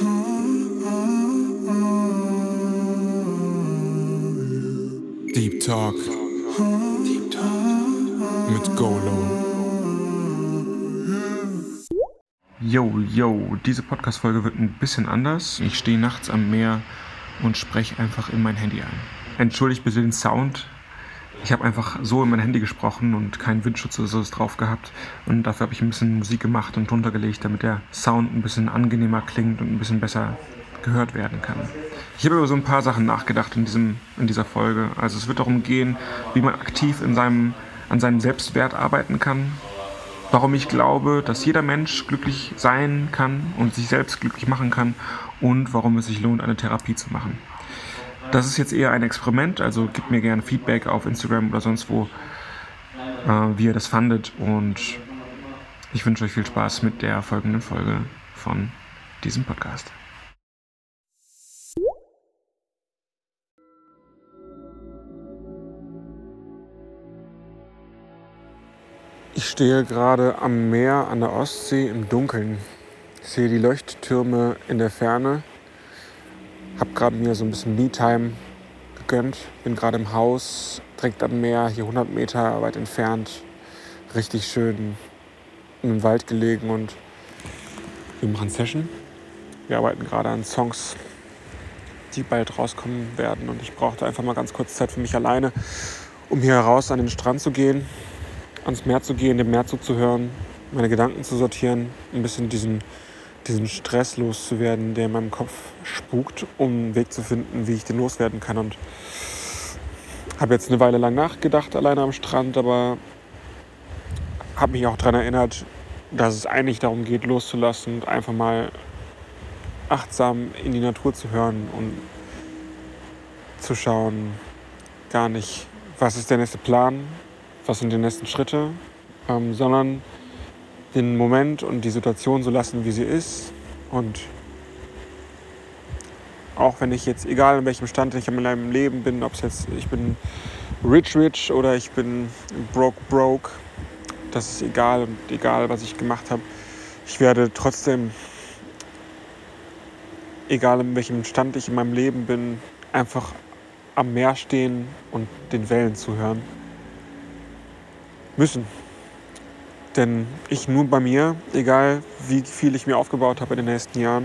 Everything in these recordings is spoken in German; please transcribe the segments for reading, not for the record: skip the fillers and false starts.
Deep Talk mit Golo. Yo, diese Podcast-Folge wird ein bisschen anders. Ich stehe nachts am Meer und spreche einfach in mein Handy ein. Entschuldigt bitte den Sound. Ich habe einfach so in mein Handy gesprochen und keinen Windschutz oder so drauf gehabt. Und dafür habe ich ein bisschen Musik gemacht und drunter gelegt, damit der Sound ein bisschen angenehmer klingt und ein bisschen besser gehört werden kann. Ich habe über so ein paar Sachen nachgedacht in dieser Folge. Also es wird darum gehen, wie man aktiv an seinem Selbstwert arbeiten kann. Warum ich glaube, dass jeder Mensch glücklich sein kann und sich selbst glücklich machen kann. Und warum es sich lohnt, eine Therapie zu machen. Das ist jetzt eher ein Experiment, also gebt mir gerne Feedback auf Instagram oder sonst wo, wie ihr das fandet. Und ich wünsche euch viel Spaß mit der folgenden Folge von diesem Podcast. Ich stehe gerade am Meer an der Ostsee im Dunkeln. Ich sehe die Leuchttürme in der Ferne. Habe gerade mir so ein bisschen Me-Time gegönnt. Bin gerade im Haus, direkt am Meer, hier 100 Meter weit entfernt. Richtig schön im Wald gelegen und wir machen Session. Wir arbeiten gerade an Songs, die bald rauskommen werden. Und ich brauchte einfach mal ganz kurz Zeit für mich alleine, um hier raus an den Strand zu gehen, ans Meer zu gehen, dem Meer zuzuhören, meine Gedanken zu sortieren, ein bisschen diesen Stress loszuwerden, der in meinem Kopf spukt, um einen Weg zu finden, wie ich den loswerden kann. Und habe jetzt eine Weile lang nachgedacht, alleine am Strand, aber habe mich auch daran erinnert, dass es eigentlich darum geht, loszulassen und einfach mal achtsam in die Natur zu hören und zu schauen, gar nicht, was ist der nächste Plan, was sind die nächsten Schritte, sondern den Moment und die Situation so lassen, wie sie ist. Und auch wenn ich jetzt, egal in welchem Stand ich in meinem Leben bin, ob es jetzt, ich bin rich oder ich bin broke, das ist egal und egal, was ich gemacht habe. Ich werde trotzdem, egal in welchem Stand ich in meinem Leben bin, einfach am Meer stehen und den Wellen zuhören müssen. Denn ich nur bei mir, egal wie viel ich mir aufgebaut habe in den nächsten Jahren,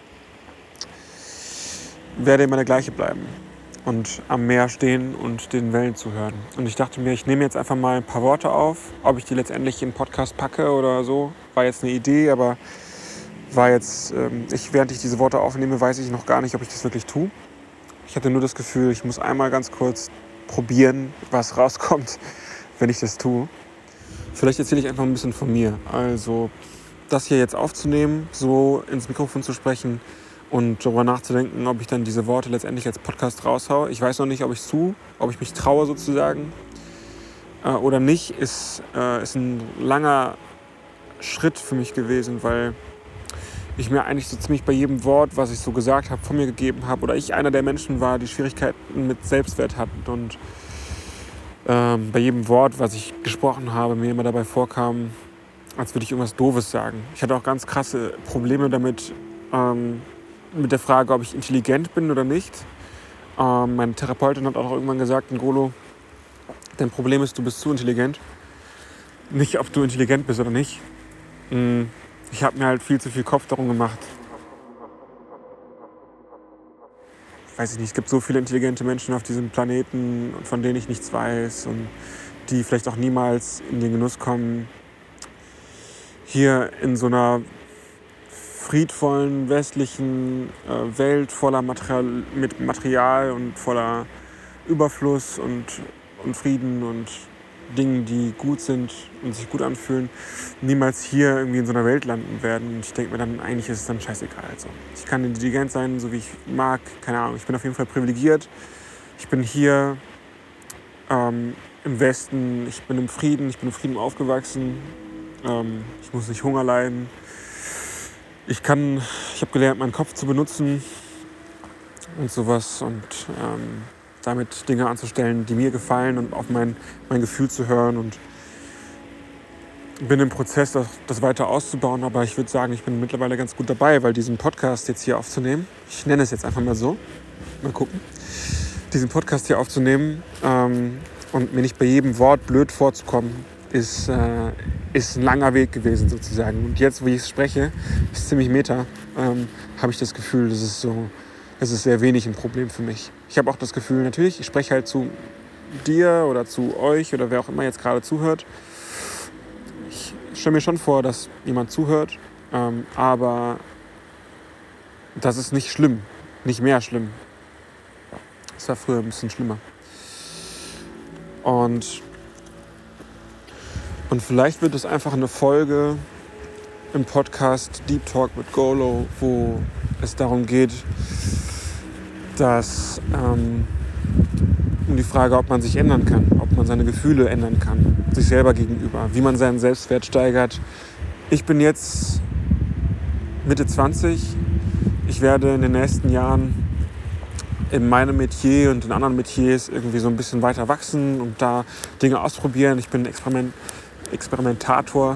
werde immer der gleiche bleiben und am Meer stehen und den Wellen zuhören. Und ich dachte mir, ich nehme jetzt einfach mal ein paar Worte auf. Ob ich die letztendlich in den Podcast packe oder so, war jetzt eine Idee, aber während ich diese Worte aufnehme, weiß ich noch gar nicht, ob ich das wirklich tue. Ich hatte nur das Gefühl, ich muss einmal ganz kurz probieren, was rauskommt, wenn ich das tue. Vielleicht erzähle ich einfach ein bisschen von mir. Also das hier jetzt aufzunehmen, so ins Mikrofon zu sprechen und darüber nachzudenken, ob ich dann diese Worte letztendlich als Podcast raushaue. Ich weiß noch nicht, ob ich es tue, ob ich mich traue sozusagen oder nicht, ist ein langer Schritt für mich gewesen, weil ich mir eigentlich so ziemlich bei jedem Wort, was ich so gesagt habe, von mir gegeben habe, oder ich einer der Menschen war, die Schwierigkeiten mit Selbstwert hatten und bei jedem Wort, was ich gesprochen habe, mir immer dabei vorkam, als würde ich irgendwas Doofes sagen. Ich hatte auch ganz krasse Probleme damit, mit der Frage, ob ich intelligent bin oder nicht. Meine Therapeutin hat auch irgendwann gesagt, Ngolo, dein Problem ist, du bist zu intelligent. Nicht, ob du intelligent bist oder nicht. Ich habe mir halt viel zu viel Kopf darum gemacht. Weiß ich nicht, es gibt so viele intelligente Menschen auf diesem Planeten, von denen ich nichts weiß und die vielleicht auch niemals in den Genuss kommen, hier in so einer friedvollen westlichen Welt voller Material und voller Überfluss und Frieden und Dingen, die gut sind und sich gut anfühlen, niemals hier irgendwie in so einer Welt landen werden. Und ich denke mir dann, eigentlich ist es dann scheißegal. Also, ich kann intelligent sein, so wie ich mag. Keine Ahnung, ich bin auf jeden Fall privilegiert. Ich bin hier im Westen, ich bin im Frieden aufgewachsen. Ich muss nicht Hunger leiden. Ich habe gelernt, meinen Kopf zu benutzen und sowas und damit Dinge anzustellen, die mir gefallen und auf mein Gefühl zu hören. Und bin im Prozess, das weiter auszubauen, aber ich würde sagen, ich bin mittlerweile ganz gut dabei, weil diesen Podcast jetzt hier aufzunehmen, ich nenne es jetzt einfach mal so, mal gucken, diesen Podcast hier aufzunehmen und mir nicht bei jedem Wort blöd vorzukommen, ist ein langer Weg gewesen sozusagen. Und jetzt, wo ich es spreche, ist ziemlich meta, habe ich das Gefühl, es ist sehr wenig ein Problem für mich. Ich habe auch das Gefühl, natürlich, ich spreche halt zu dir oder zu euch oder wer auch immer jetzt gerade zuhört. Ich stelle mir schon vor, dass jemand zuhört, aber das ist nicht schlimm, nicht mehr schlimm. Das war früher ein bisschen schlimmer. Und vielleicht wird es einfach eine Folge im Podcast Deep Talk mit Golo, wo es darum geht, dass um die Frage, ob man sich ändern kann, ob man seine Gefühle ändern kann, sich selber gegenüber, wie man seinen Selbstwert steigert. Ich bin jetzt Mitte 20. Ich werde in den nächsten Jahren in meinem Metier und in anderen Metiers irgendwie so ein bisschen weiter wachsen und da Dinge ausprobieren. Ich bin Experimentator.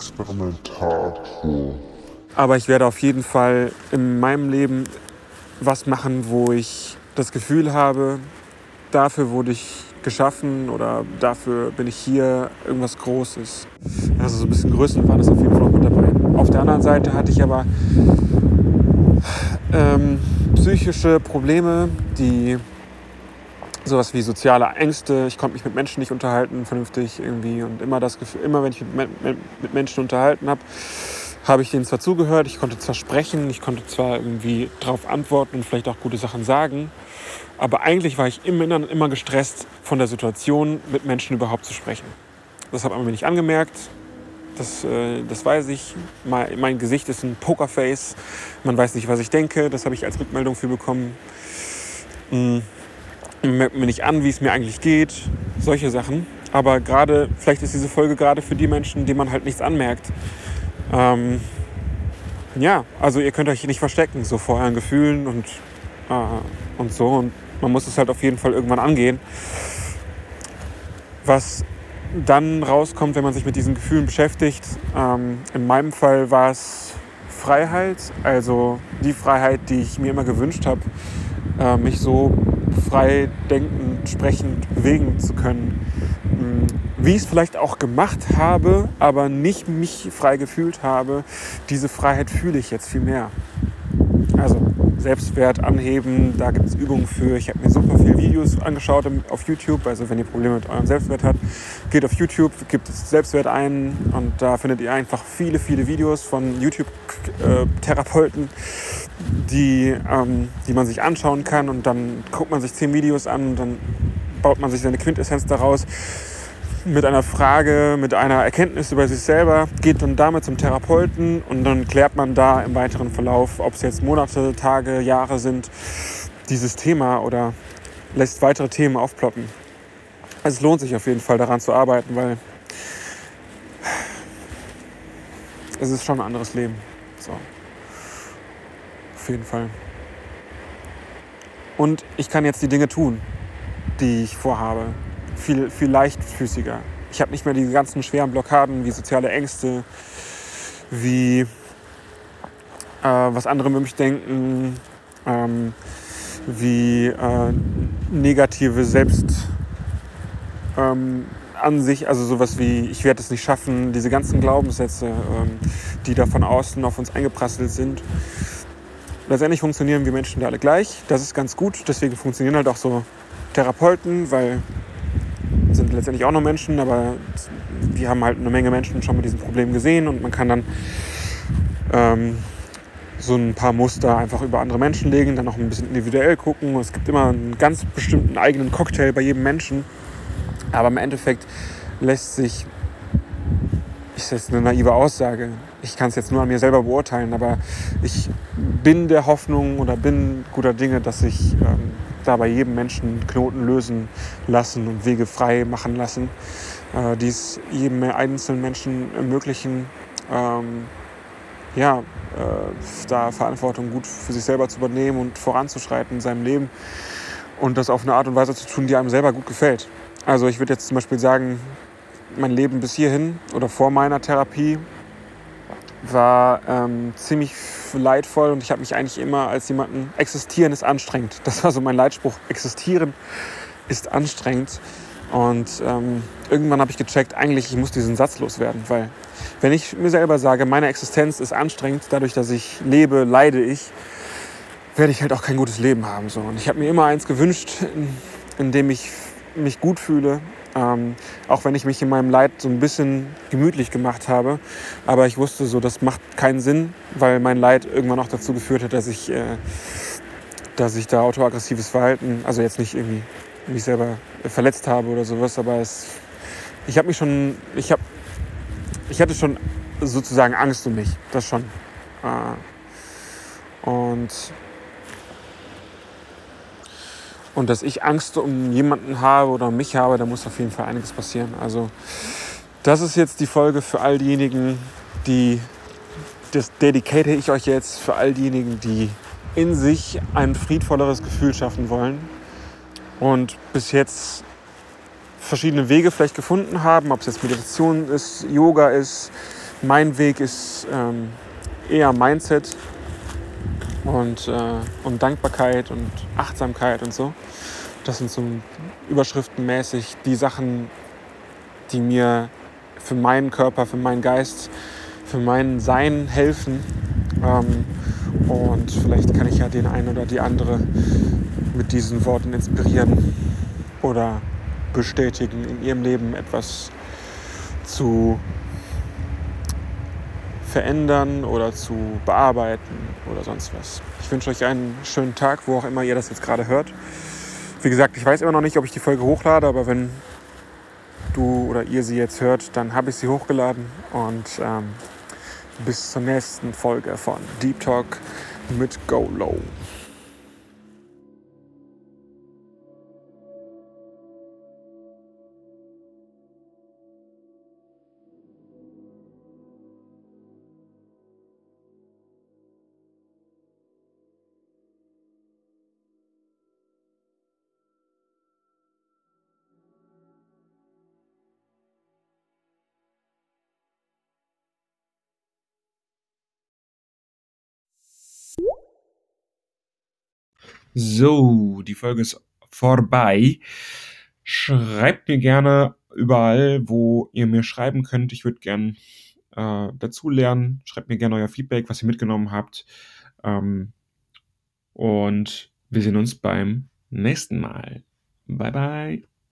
Aber ich werde auf jeden Fall in meinem Leben was machen, wo ich das Gefühl habe, dafür wurde ich geschaffen oder dafür bin ich hier, irgendwas Großes. Also so ein bisschen Größenwahn ist auf jeden Fall auch mit dabei. Auf der anderen Seite hatte ich aber psychische Probleme, die sowas wie soziale Ängste. Ich konnte mich mit Menschen nicht unterhalten vernünftig irgendwie und immer das Gefühl, immer wenn ich mit Menschen unterhalten habe ich denen zwar zugehört, ich konnte zwar sprechen, ich konnte zwar irgendwie darauf antworten und vielleicht auch gute Sachen sagen, aber eigentlich war ich im Inneren immer gestresst von der Situation, mit Menschen überhaupt zu sprechen. Das hat man mir nicht angemerkt, das weiß ich. Mein Gesicht ist ein Pokerface, man weiß nicht, was ich denke, das habe ich als Rückmeldung für bekommen. Man merkt mir nicht an, wie es mir eigentlich geht, solche Sachen. Aber vielleicht ist diese Folge gerade für die Menschen, denen man halt nichts anmerkt. Also ihr könnt euch nicht verstecken, so vor euren Gefühlen und so. Und man muss es halt auf jeden Fall irgendwann angehen. Was dann rauskommt, wenn man sich mit diesen Gefühlen beschäftigt, in meinem Fall war es Freiheit, also die Freiheit, die ich mir immer gewünscht habe, mich so frei denkend, sprechend bewegen zu können. Wie ich es vielleicht auch gemacht habe, aber nicht mich frei gefühlt habe, diese Freiheit fühle ich jetzt viel mehr. Also Selbstwert anheben, da gibt es Übungen für. Ich habe mir super viele Videos angeschaut auf YouTube. Also wenn ihr Probleme mit eurem Selbstwert habt, geht auf YouTube, gebt Selbstwert ein und da findet ihr einfach viele, viele Videos von YouTube-Therapeuten, die man sich anschauen kann und dann guckt man sich 10 Videos an und dann baut man sich seine Quintessenz daraus mit einer Frage, mit einer Erkenntnis über sich selber, geht dann damit zum Therapeuten und dann klärt man da im weiteren Verlauf, ob es jetzt Monate, Tage, Jahre sind, dieses Thema oder lässt weitere Themen aufploppen. Also es lohnt sich auf jeden Fall daran zu arbeiten, weil es ist schon ein anderes Leben. So. Auf jeden Fall. Und ich kann jetzt die Dinge tun, die ich vorhabe. Viel, viel leichtfüßiger. Ich habe nicht mehr die ganzen schweren Blockaden wie soziale Ängste, wie was andere über mich denken, wie negative Selbstansicht, also sowas wie ich werde es nicht schaffen, diese ganzen Glaubenssätze, die da von außen auf uns eingeprasselt sind. Letztendlich funktionieren wir Menschen da alle gleich, das ist ganz gut, deswegen funktionieren halt auch so Therapeuten, weil sind letztendlich auch nur Menschen, aber wir haben halt eine Menge Menschen schon mit diesem Problem gesehen und man kann dann so ein paar Muster einfach über andere Menschen legen, dann noch ein bisschen individuell gucken. Es gibt immer einen ganz bestimmten eigenen Cocktail bei jedem Menschen, aber im Endeffekt lässt sich, ist jetzt eine naive Aussage, ich kann es jetzt nur an mir selber beurteilen, aber ich bin der Hoffnung oder bin guter Dinge, dass sich da bei jedem Menschen Knoten lösen lassen und Wege frei machen lassen, die es jedem einzelnen Menschen ermöglichen, da Verantwortung gut für sich selber zu übernehmen und voranzuschreiten in seinem Leben und das auf eine Art und Weise zu tun, die einem selber gut gefällt. Also ich würde jetzt zum Beispiel sagen, mein Leben bis hierhin oder vor meiner Therapie war ziemlich leidvoll und ich habe mich eigentlich immer als jemanden, existieren ist anstrengend. Das war so mein Leitspruch, existieren ist anstrengend. Und irgendwann habe ich gecheckt, eigentlich ich muss diesen Satz loswerden, weil wenn ich mir selber sage, meine Existenz ist anstrengend, dadurch, dass ich lebe, leide ich, werde ich halt auch kein gutes Leben haben. So. Und ich habe mir immer eins gewünscht, in dem ich mich gut fühle, auch wenn ich mich in meinem Leid so ein bisschen gemütlich gemacht habe. Aber ich wusste so, das macht keinen Sinn, weil mein Leid irgendwann auch dazu geführt hat, dass ich da autoaggressives Verhalten, also jetzt nicht irgendwie mich selber verletzt habe oder sowas, aber ich habe mich schon, ich hatte schon sozusagen Angst um mich, das schon. Und dass ich Angst um jemanden habe oder um mich habe, da muss auf jeden Fall einiges passieren. Also das ist jetzt die Folge für all diejenigen, das dedicate ich euch jetzt für all diejenigen, die in sich ein friedvolleres Gefühl schaffen wollen und bis jetzt verschiedene Wege vielleicht gefunden haben, ob es jetzt Meditation ist, Yoga ist. Mein Weg ist eher Mindset und Dankbarkeit und Achtsamkeit und so. Das sind so überschriftenmäßig die Sachen, die mir für meinen Körper, für meinen Geist, für mein Sein helfen. Und vielleicht kann ich ja den einen oder die andere mit diesen Worten inspirieren oder bestätigen, in ihrem Leben etwas zu verändern oder zu bearbeiten oder sonst was. Ich wünsche euch einen schönen Tag, wo auch immer ihr das jetzt gerade hört. Wie gesagt, ich weiß immer noch nicht, ob ich die Folge hochlade, aber wenn du oder ihr sie jetzt hört, dann habe ich sie hochgeladen und bis zur nächsten Folge von Deep Talk mit Go Low. So, die Folge ist vorbei. Schreibt mir gerne überall, wo ihr mir schreiben könnt. Ich würde gern dazu lernen. Schreibt mir gerne euer Feedback, was ihr mitgenommen habt. Und wir sehen uns beim nächsten Mal. Bye, bye.